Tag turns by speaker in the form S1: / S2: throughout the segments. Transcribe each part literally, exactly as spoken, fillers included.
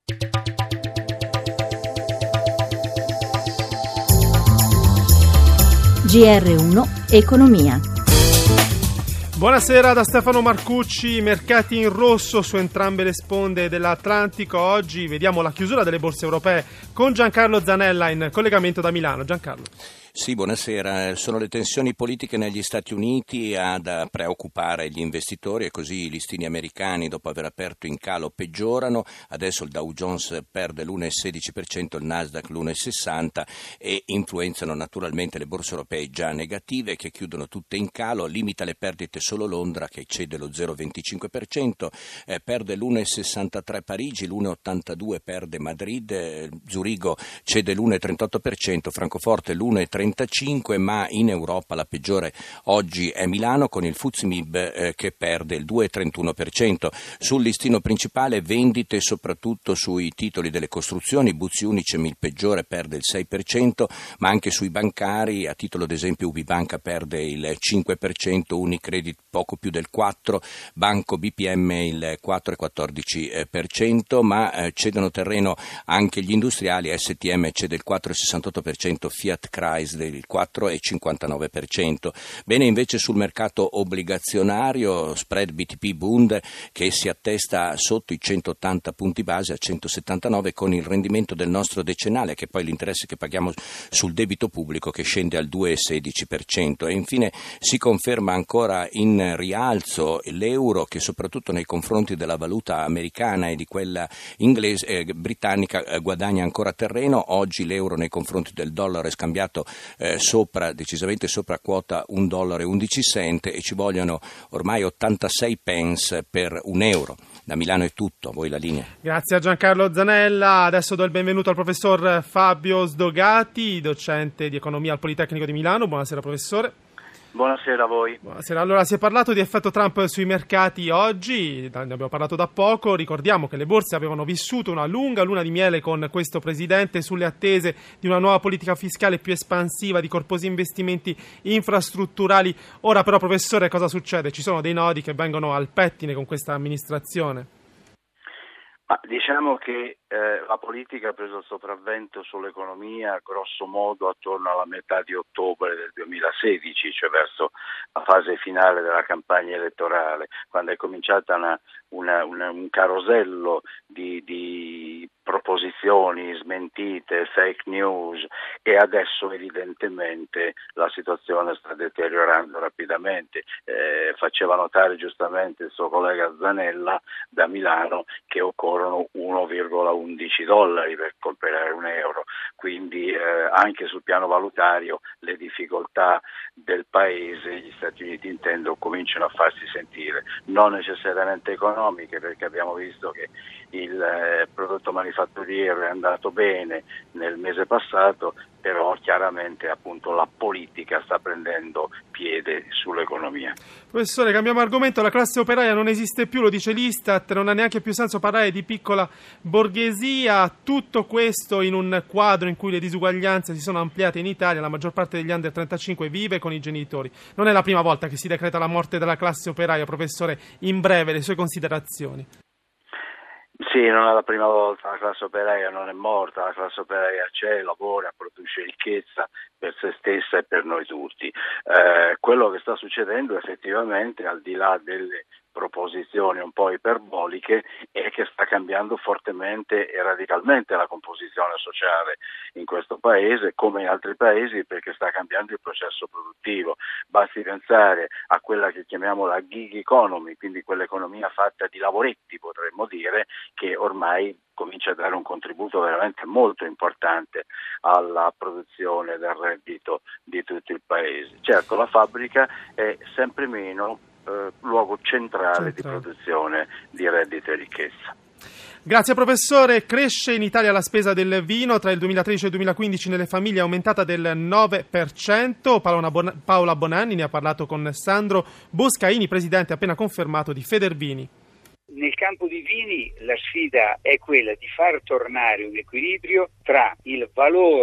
S1: G R uno Economia.
S2: Buonasera da Stefano Marcucci. Mercati in rosso su entrambe le sponde dell'Atlantico. Oggi vediamo la chiusura delle borse europee con Giancarlo Zanella in collegamento da Milano. Giancarlo.
S3: Sì, buonasera. Sono le tensioni politiche negli Stati Uniti ad preoccupare gli investitori e così i listini americani, dopo aver aperto in calo, peggiorano. Adesso il Dow Jones perde l'uno virgola sedici per cento, il Nasdaq l'uno virgola sessanta per cento e influenzano naturalmente le borse europee già negative che chiudono tutte in calo. Limita le perdite solo Londra che cede lo zero virgola venticinque per cento, eh, perde l'uno virgola sessantatré per cento Parigi, l'uno virgola ottantadue per cento perde Madrid, eh, Zurigo cede l'uno virgola trentotto per cento, Francoforte l'uno virgola trentacinque per cento, ma in Europa la peggiore oggi è Milano con il F T S E M I B eh, che perde il due virgola trentuno per cento. Sul listino principale vendite soprattutto sui titoli delle costruzioni, Buzzi Unicem il peggiore perde il sei per cento, ma anche sui bancari, a titolo d'esempio Ubibanca perde il cinque per cento, Unicredit poco più del quattro per cento, Banco B P M il quattro virgola quattordici per cento, ma eh, cedono terreno anche gli industriali, S T M cede il quattro virgola sessantotto per cento, Fiat Chrysler il quattro virgola cinquantanove per cento. Bene invece sul mercato obbligazionario, spread B T P Bund che si attesta sotto i centottanta punti base a centosettantanove, con il rendimento del nostro decennale, che è poi l'interesse che paghiamo sul debito pubblico, che scende al due virgola sedici per cento. E infine si conferma ancora in rialzo l'euro, che soprattutto nei confronti della valuta americana e di quella inglese, eh, britannica eh, guadagna ancora terreno. Oggi l'euro nei confronti del dollaro è scambiato eh, sopra, decisamente sopra quota un dollaro e undici cent, e ci vogliono ormai ottantasei pence per un euro. Da Milano è tutto, a voi la linea.
S2: Grazie a Giancarlo Zanella. Adesso do il benvenuto al professor Fabio Sdogati, docente di economia al Politecnico di Milano. Buonasera professore.
S4: Buonasera a voi.
S2: Buonasera. Allora, si è parlato di effetto Trump sui mercati oggi, ne abbiamo parlato da poco. Ricordiamo che le borse avevano vissuto una lunga luna di miele con questo presidente sulle attese di una nuova politica fiscale più espansiva, di corposi investimenti infrastrutturali. Ora però, professore, cosa succede? Ci sono dei nodi che vengono al pettine con questa amministrazione?
S4: Ma diciamo che eh, la politica ha preso il sopravvento sull'economia grosso modo attorno alla metà di ottobre del duemilasedici, cioè verso la fase finale della campagna elettorale, quando è cominciata una, una, una, un carosello di, di proposizioni, smentite, fake news, e adesso evidentemente la situazione sta deteriorando rapidamente. Eh, faceva notare giustamente il suo collega Zanella da Milano che occorrono uno virgola undici dollari per comprare un euro, quindi eh, anche sul piano valutario le difficoltà del paese, gli Stati Uniti intendo, cominciano a farsi sentire, non necessariamente economiche, perché abbiamo visto che il eh, prodotto manifatturiero è andato bene nel mese passato, però chiaramente appunto la politica sta prendendo piede sull'economia.
S2: Professore, cambiamo argomento. La classe operaia non esiste più, lo dice l'Istat, non ha neanche più senso parlare di piccola borghesia. Tutto questo in un quadro in cui le disuguaglianze si sono ampliate in Italia, la maggior parte degli under trentacinque vive con i genitori. Non è la prima volta che si decreta la morte della classe operaia. Professore, in breve le sue considerazioni.
S4: Sì, non è la prima volta, la classe operaia non è morta, la classe operaia c'è, lavora, produce ricchezza per se stessa e per noi tutti. Eh, quello che sta succedendo effettivamente, al di là delle proposizioni un po' iperboliche, è che sta cambiando fortemente e radicalmente la composizione sociale in questo paese come in altri paesi, perché sta cambiando il processo produttivo. Basti pensare a quella che chiamiamo la gig economy, quindi quell'economia fatta di lavoretti, potremmo dire, che ormai comincia a dare un contributo veramente molto importante alla produzione del reddito di tutto il paese. Certo, la fabbrica è sempre meno eh, luogo centrale, centrale di produzione di reddito e ricchezza.
S2: Grazie professore. Cresce in Italia la spesa del vino, tra il duemilatredici e il duemilaquindici nelle famiglie è aumentata del nove per cento. Paola Bonanni ne ha parlato con Sandro Boscaini, presidente appena confermato di Federvini.
S5: Nel campo dei vini la sfida è quella di far tornare un equilibrio tra il valore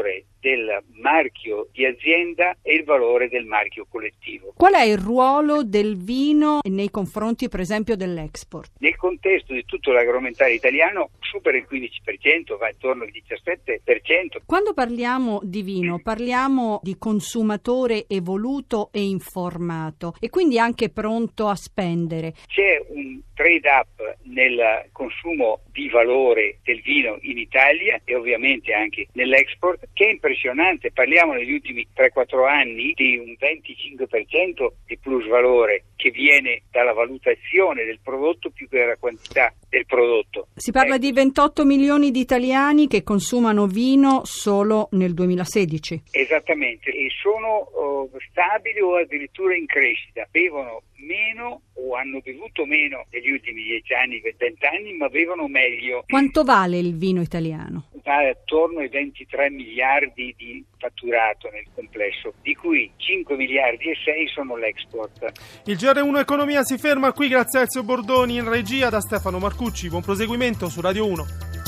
S5: del marchio di azienda e il valore del marchio collettivo.
S6: Qual è il ruolo del vino nei confronti, per esempio, dell'export?
S5: Nel contesto di tutto l'agroalimentare italiano supera il quindici per cento, va intorno al diciassette per cento.
S6: Quando parliamo di vino, parliamo di consumatore evoluto e informato e quindi anche pronto a spendere.
S5: C'è un trade up nel consumo di valore del vino in Italia e ovviamente anche nell'export, che è impressionante. Parliamo negli ultimi tre quattro anni di un venticinque per cento di plusvalore che viene dalla valutazione del prodotto più che dalla quantità del prodotto.
S6: Si parla eh. di ventotto milioni di italiani che consumano vino solo nel duemilasedici.
S5: Esattamente, e sono oh, stabili o addirittura in crescita, bevono meno o hanno bevuto meno negli ultimi dieci anni, venti anni, ma bevono meglio.
S6: Quanto vale il vino italiano?
S5: Va attorno ai ventitré miliardi di fatturato nel complesso, di cui cinque miliardi e sei sono l'export.
S2: Il G R uno Economia si ferma qui, grazie a Ezio Bordoni in regia, da Stefano Marcucci. Buon proseguimento su Radio uno.